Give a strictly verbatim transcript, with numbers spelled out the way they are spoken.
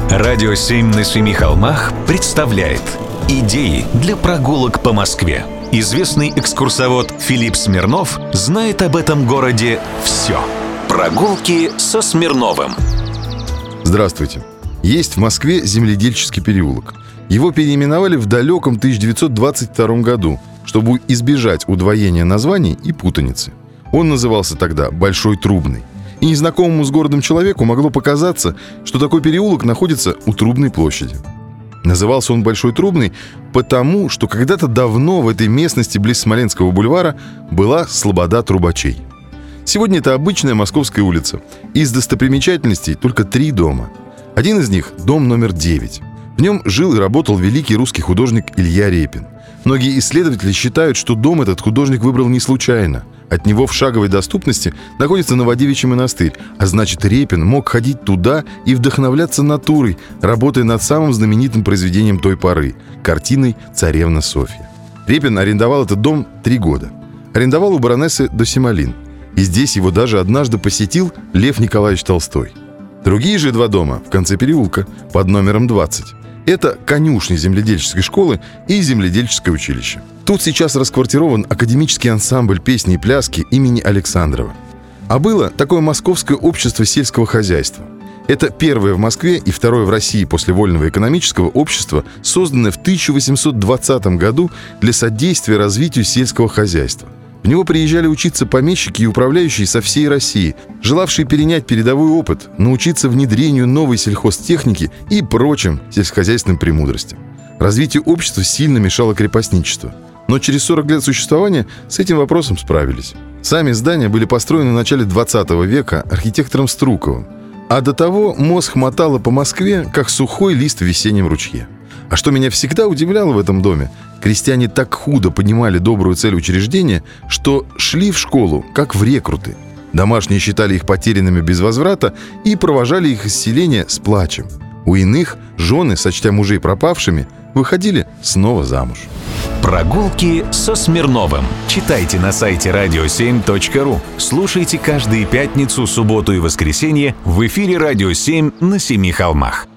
Радио семь на семи холмах представляет идеи для прогулок по Москве. Известный экскурсовод Филипп Смирнов знает об этом городе все. Прогулки со Смирновым. Здравствуйте. Есть в Москве земледельческий переулок. Его переименовали в далеком тысяча девятьсот двадцать втором году, чтобы избежать удвоения названий и путаницы. Он назывался тогда Большой Трубный. И незнакомому с городом человеку могло показаться, что такой переулок находится у Трубной площади. Назывался он Большой Трубный потому, что когда-то давно в этой местности близ Смоленского бульвара была слобода трубачей. Сегодня это обычная московская улица. Из достопримечательностей только три дома. Один из них – дом номер девять. В нем жил и работал великий русский художник Илья Репин. Многие исследователи считают, что дом этот художник выбрал не случайно. От него в шаговой доступности находится Новодевичий монастырь, а значит, Репин мог ходить туда и вдохновляться натурой, работая над самым знаменитым произведением той поры – картиной «Царевна Софья». Репин арендовал этот дом три года. Арендовал у баронессы Досималин. И здесь его даже однажды посетил Лев Николаевич Толстой. Другие же два дома в конце переулка, под номером двадцать. Это конюшни земледельческой школы и земледельческое училище. Тут сейчас расквартирован академический ансамбль песни и пляски имени Александрова. А было такое Московское общество сельского хозяйства. Это первое в Москве и второе в России после Вольного экономического общества, созданное в тысяча восемьсот двадцатом году для содействия развитию сельского хозяйства. В него приезжали учиться помещики и управляющие со всей России, желавшие перенять передовой опыт, научиться внедрению новой сельхозтехники и прочим сельскохозяйственным премудростям. Развитию общества сильно мешало крепостничество. Но через сорок лет существования с этим вопросом справились. Сами здания были построены в начале двадцатого века архитектором Струковым. А до того мозг мотало по Москве, как сухой лист в весеннем ручье. А что меня всегда удивляло в этом доме, крестьяне так худо понимали добрую цель учреждения, что шли в школу, как в рекруты. Домашние считали их потерянными без возврата и провожали их из селения с плачем. У иных жены, сочтя мужей пропавшими, выходили снова замуж. Прогулки со Смирновым. Читайте на сайте радио семь точка ру. Слушайте каждые пятницу, субботу и воскресенье в эфире «Радио семь» на Семи холмах.